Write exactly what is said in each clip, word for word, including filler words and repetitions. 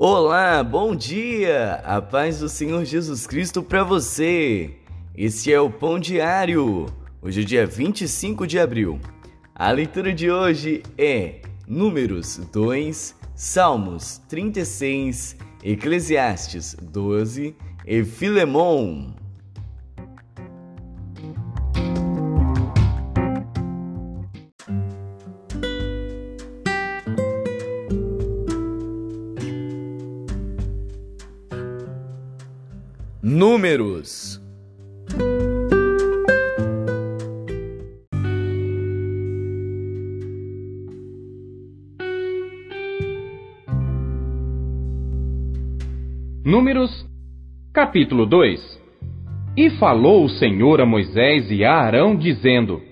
Olá, bom dia! A paz do Senhor Jesus Cristo para você! Esse é o Pão Diário. Hoje é dia vinte e cinco de abril. A leitura de hoje é Números dois, Salmos trinta e seis, Eclesiastes doze e Filemon. Números. Números, capítulo dois. E falou o Senhor a Moisés e a Arão, dizendo: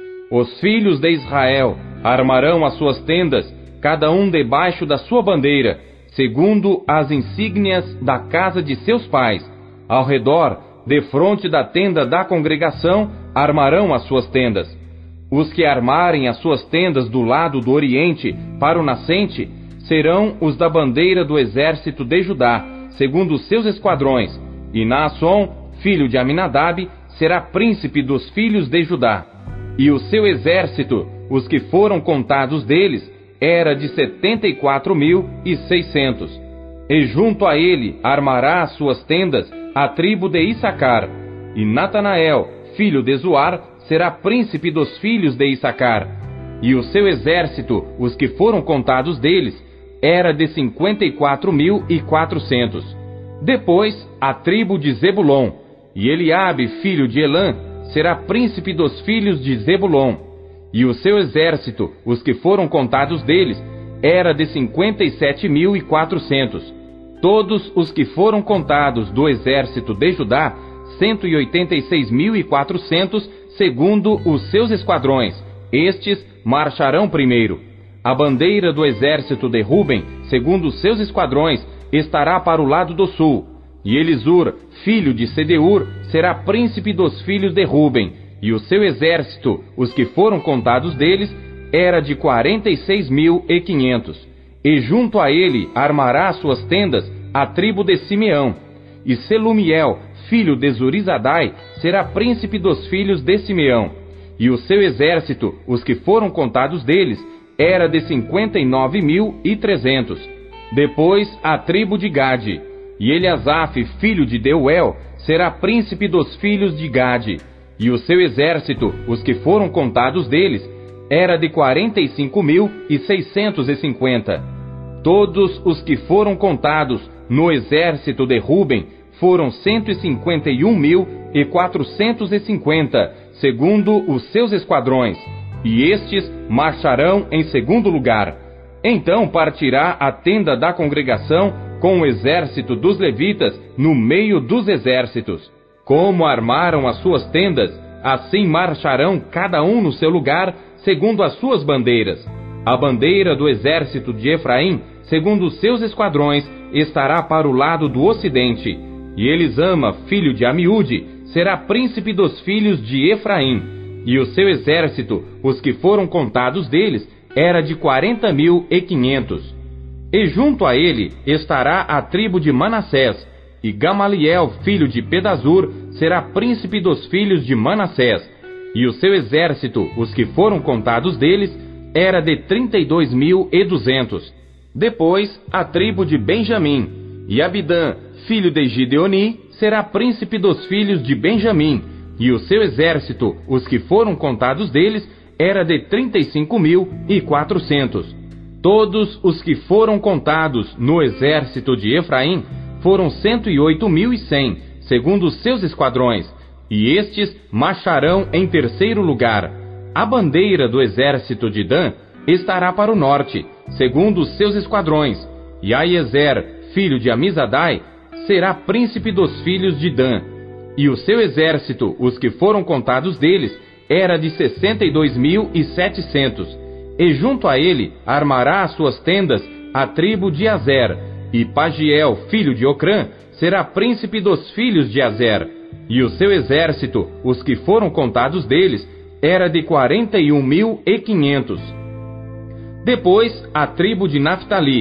Os filhos de Israel armarão as suas tendas, cada um debaixo da sua bandeira, segundo as insígnias da casa de seus pais. Ao redor, defronte da tenda da congregação, armarão as suas tendas. Os que armarem as suas tendas do lado do oriente para o nascente serão os da bandeira do exército de Judá, segundo os seus esquadrões, e Naasson, filho de Aminadab, será príncipe dos filhos de Judá. E o seu exército, os que foram contados deles, era de setenta e quatro mil e seiscentos. E junto a ele armará as suas tendas a tribo de Issacar, e Natanael, filho de Zuar, será príncipe dos filhos de Issacar. E o seu exército, os que foram contados deles, era de cinquenta e quatro mil e quatrocentos. Depois, a tribo de Zebulon, e Eliabe, filho de Elã, será príncipe dos filhos de Zebulon. E o seu exército, os que foram contados deles, era de cinquenta e sete mil e quatrocentos. Todos os que foram contados do exército de Judá, cento e oitenta e seis mil e quatrocentos, segundo os seus esquadrões. Estes marcharão primeiro. A bandeira do exército de Ruben, segundo os seus esquadrões, estará para o lado do sul. E Elisur, filho de Sedeur, será príncipe dos filhos de Ruben. E o seu exército, os que foram contados deles, era de quarenta e seis mil e quinhentos. E junto a ele armará as suas tendas a tribo de Simeão. E Selumiel, filho de Zurizadai, será príncipe dos filhos de Simeão. E o seu exército, os que foram contados deles, era de cinquenta e nove mil e trezentos. Depois a tribo de Gade. E Eliasaf, filho de Deuel, será príncipe dos filhos de Gade. E o seu exército, os que foram contados deles, era de quarenta e cinco mil e seiscentos e cinquenta. Todos os que foram contados no exército de Ruben foram cento e cinquenta e um mil e quatrocentos e cinquenta, segundo os seus esquadrões, e estes marcharão em segundo lugar. Então partirá a tenda da congregação com o exército dos levitas no meio dos exércitos. Como armaram as suas tendas, assim marcharão cada um no seu lugar, segundo as suas bandeiras. A bandeira do exército de Efraim, segundo os seus esquadrões, estará para o lado do ocidente. E Elisama, filho de Amiúde, será príncipe dos filhos de Efraim. E o seu exército, os que foram contados deles, era de quarenta mil e quinhentos. E junto a ele estará a tribo de Manassés. E Gamaliel, filho de Pedazur, será príncipe dos filhos de Manassés. E o seu exército, os que foram contados deles, era de trinta e dois mil e duzentos. Depois, a tribo de Benjamim. E Abidã, filho de Gideoni, será príncipe dos filhos de Benjamim. E o seu exército, os que foram contados deles, era de trinta e cinco mil e quatrocentos. Todos os que foram contados no exército de Efraim foram cento e oito mil e cem, segundo os seus esquadrões. E estes marcharão em terceiro lugar. A bandeira do exército de Dan estará para o norte, segundo os seus esquadrões. E Aiezer, filho de Amizadai, será príncipe dos filhos de Dan. E o seu exército, os que foram contados deles, era de sessenta e dois mil e setecentos. E junto a ele armará as suas tendas a tribo de Azer. E Pagiel, filho de Ocrã, será príncipe dos filhos de Azer. E o seu exército, os que foram contados deles, era de quarenta e um mil e quinhentos. Depois, a tribo de Naftali.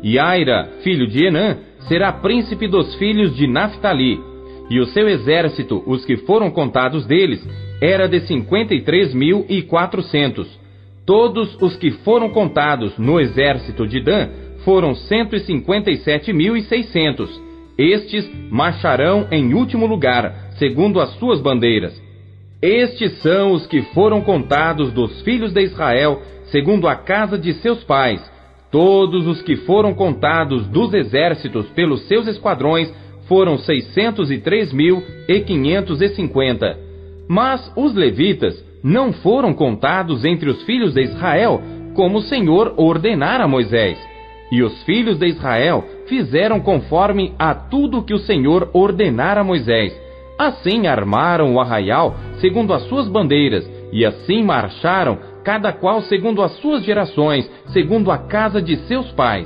E Aira, filho de Enã, será príncipe dos filhos de Naphtali. E o seu exército, os que foram contados deles, era de cinquenta e três mil e quatrocentos. Todos os que foram contados no exército de Dan foram cento e cinquenta e sete mil e seiscentos. Estes marcharão em último lugar, segundo as suas bandeiras. Estes são os que foram contados dos filhos de Israel, segundo a casa de seus pais. Todos os que foram contados dos exércitos pelos seus esquadrões foram seiscentos e três mil e quinhentos e cinquenta. Mas os levitas não foram contados entre os filhos de Israel, como o Senhor ordenara a Moisés. E os filhos de Israel fizeram conforme a tudo que o Senhor ordenara a Moisés. Assim armaram o arraial segundo as suas bandeiras, e assim marcharam, cada qual segundo as suas gerações, segundo a casa de seus pais.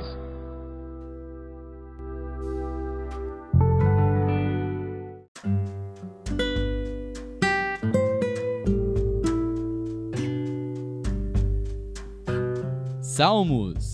Salmos.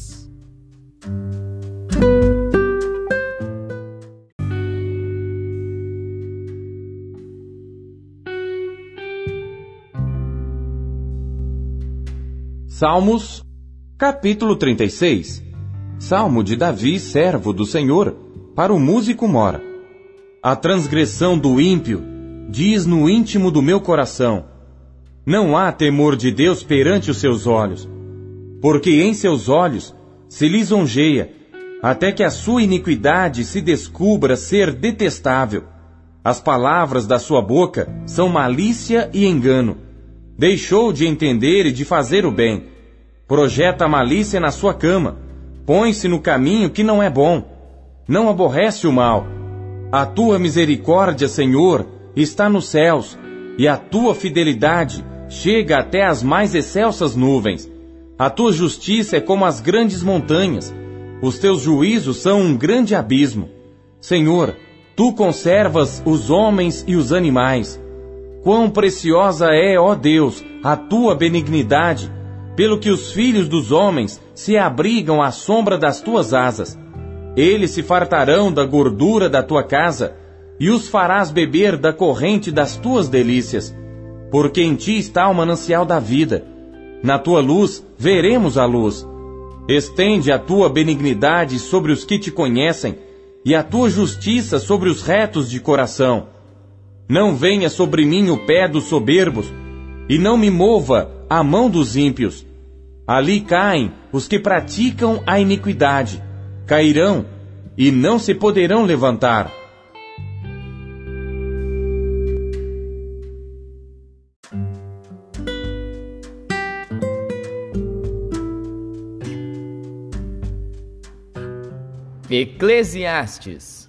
Salmos, capítulo trinta e seis. Salmo de Davi, servo do Senhor, para o músico mora. A transgressão do ímpio diz no íntimo do meu coração: não há temor de Deus perante os seus olhos, porque em seus olhos se lisonjeia, até que a sua iniquidade se descubra ser detestável. As palavras da sua boca são malícia e engano. Deixou de entender e de fazer o bem. Projeta a malícia na sua cama. Põe-se no caminho que não é bom. Não aborrece o mal. A tua misericórdia, Senhor, está nos céus, e a tua fidelidade chega até as mais excelsas nuvens. A tua justiça é como as grandes montanhas. Os teus juízos são um grande abismo. Senhor, tu conservas os homens e os animais. Quão preciosa é, ó Deus, a tua benignidade, pelo que os filhos dos homens se abrigam à sombra das tuas asas. Eles se fartarão da gordura da tua casa, e os farás beber da corrente das tuas delícias, porque em ti está o manancial da vida. Na tua luz veremos a luz. Estende a tua benignidade sobre os que te conhecem, e a tua justiça sobre os retos de coração. Não venha sobre mim o pé dos soberbos, e não me mova a mão dos ímpios. Ali caem os que praticam a iniquidade, cairão e não se poderão levantar. Eclesiastes.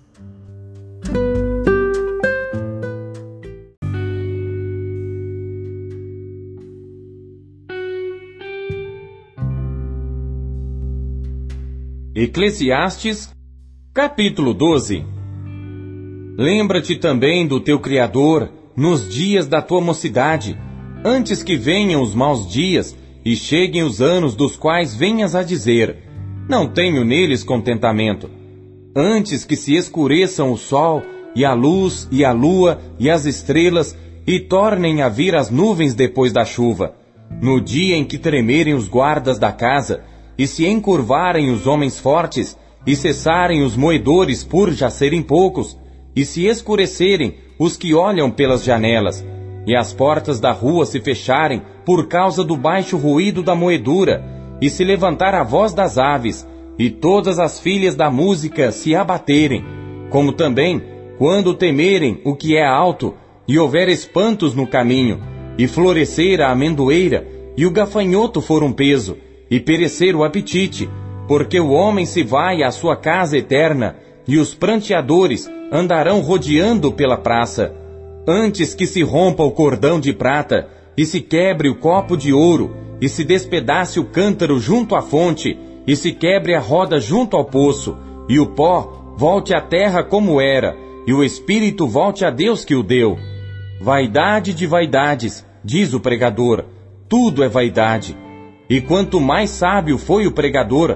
Eclesiastes, capítulo doze. Lembra-te também do teu Criador nos dias da tua mocidade, antes que venham os maus dias e cheguem os anos dos quais venhas a dizer: não tenho neles contentamento. Antes que se escureçam o sol, e a luz, e a lua, e as estrelas, e tornem a vir as nuvens depois da chuva, no dia em que tremerem os guardas da casa, e se encurvarem os homens fortes, e cessarem os moedores por já serem poucos, e se escurecerem os que olham pelas janelas, e as portas da rua se fecharem por causa do baixo ruído da moedura, e se levantar a voz das aves, e todas as filhas da música se abaterem, como também quando temerem o que é alto, e houver espantos no caminho, e florescer a amendoeira, e o gafanhoto for um peso, e perecer o apetite, porque o homem se vai à sua casa eterna, e os pranteadores andarão rodeando pela praça. Antes que se rompa o cordão de prata, e se quebre o copo de ouro, e se despedace o cântaro junto à fonte, e se quebre a roda junto ao poço, e o pó volte à terra como era, e o espírito volte a Deus que o deu. Vaidade de vaidades, diz o pregador, tudo é vaidade. E quanto mais sábio foi o pregador,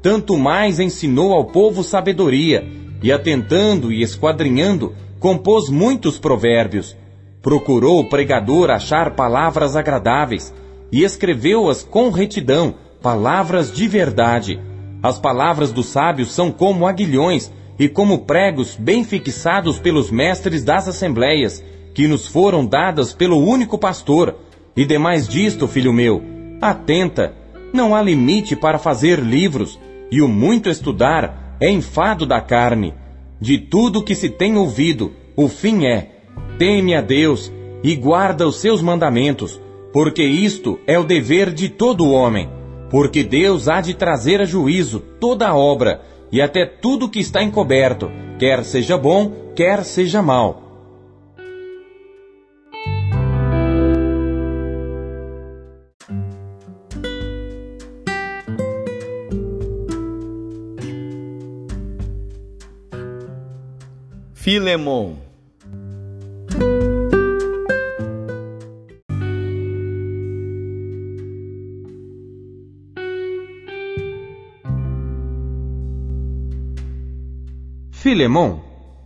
tanto mais ensinou ao povo sabedoria, e atentando e esquadrinhando, compôs muitos provérbios. Procurou o pregador achar palavras agradáveis, e escreveu-as com retidão, palavras de verdade. As palavras dos sábios são como aguilhões, e como pregos bem fixados pelos mestres das assembleias, que nos foram dadas pelo único pastor. E demais disto, filho meu, atenta, não há limite para fazer livros, e o muito estudar é enfado da carne. De tudo que se tem ouvido, o fim é: teme a Deus e guarda os seus mandamentos, porque isto é o dever de todo homem. Porque Deus há de trazer a juízo toda a obra, e até tudo que está encoberto, quer seja bom, quer seja mal. Filemon. Filemon,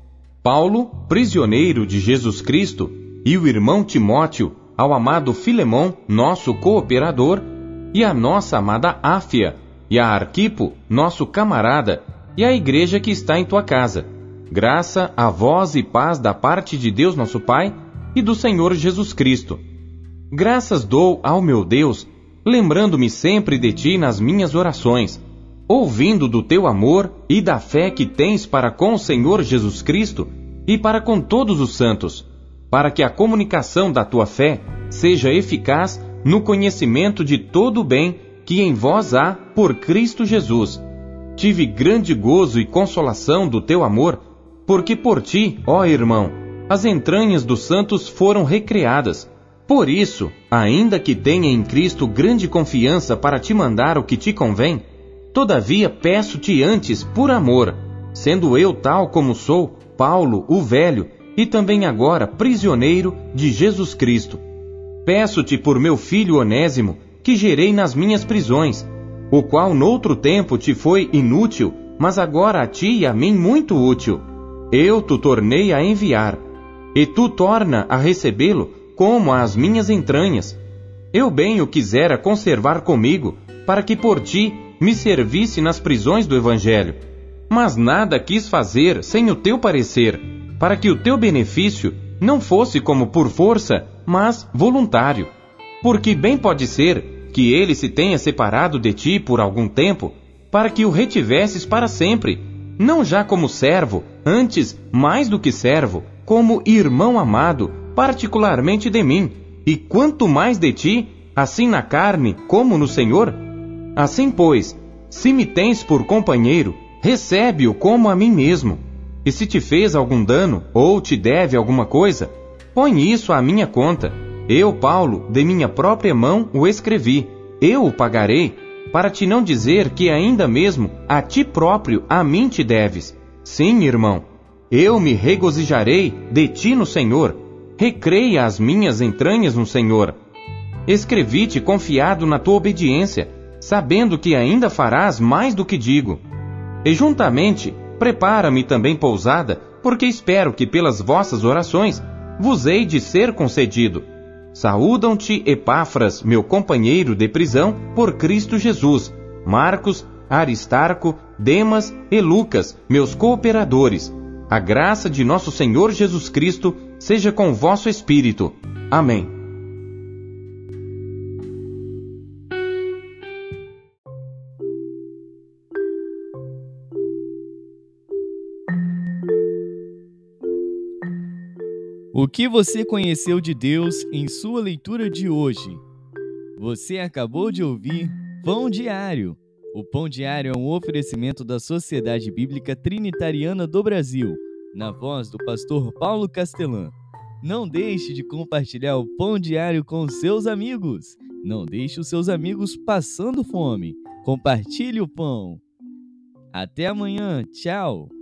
Paulo, prisioneiro de Jesus Cristo, e o irmão Timóteo, ao amado Filemon, nosso cooperador, e a nossa amada Áfia, e a Arquipo, nosso camarada, e a igreja que está em tua casa. Graça a vós e paz da parte de Deus nosso Pai e do Senhor Jesus Cristo. Graças dou ao meu Deus, lembrando-me sempre de ti nas minhas orações, ouvindo do teu amor e da fé que tens para com o Senhor Jesus Cristo e para com todos os santos, para que a comunicação da tua fé seja eficaz no conhecimento de todo o bem que em vós há por Cristo Jesus. Tive grande gozo e consolação do teu amor, porque por ti, ó irmão, as entranhas dos santos foram recriadas. Por isso, ainda que tenha em Cristo grande confiança para te mandar o que te convém, todavia peço-te antes por amor, sendo eu tal como sou, Paulo, o velho, e também agora prisioneiro de Jesus Cristo. Peço-te por meu filho Onésimo, que gerei nas minhas prisões, o qual noutro tempo te foi inútil, mas agora a ti e a mim muito útil. Eu te tornei a enviar, e tu torna a recebê-lo como às minhas entranhas. Eu bem o quisera conservar comigo, para que por ti me servisse nas prisões do Evangelho. Mas nada quis fazer sem o teu parecer, para que o teu benefício não fosse como por força, mas voluntário. Porque bem pode ser que ele se tenha separado de ti por algum tempo, para que o retivesses para sempre, não já como servo, antes, mais do que servo, como irmão amado, particularmente de mim, e quanto mais de ti, assim na carne como no Senhor. Assim, pois, se me tens por companheiro, recebe-o como a mim mesmo. E se te fez algum dano, ou te deve alguma coisa, põe isso à minha conta. Eu, Paulo, de minha própria mão o escrevi. Eu o pagarei, para te não dizer que ainda mesmo a ti próprio a mim te deves. Sim, irmão, eu me regozijarei de ti no Senhor. Recreia as minhas entranhas no Senhor. Escrevi-te confiado na tua obediência, sabendo que ainda farás mais do que digo. E juntamente, prepara-me também pousada, porque espero que pelas vossas orações vos hei de ser concedido. Saúdam-te Epáfras, meu companheiro de prisão, por Cristo Jesus, Marcos, Aristarco, Demas e Lucas, meus cooperadores. A graça de nosso Senhor Jesus Cristo seja com vosso espírito. Amém. O que você conheceu de Deus em sua leitura de hoje? Você acabou de ouvir Pão Diário. O Pão Diário é um oferecimento da Sociedade Bíblica Trinitariana do Brasil, na voz do pastor Paulo Castelã. Não deixe de compartilhar o Pão Diário com seus amigos. Não deixe os seus amigos passando fome. Compartilhe o pão. Até amanhã. Tchau.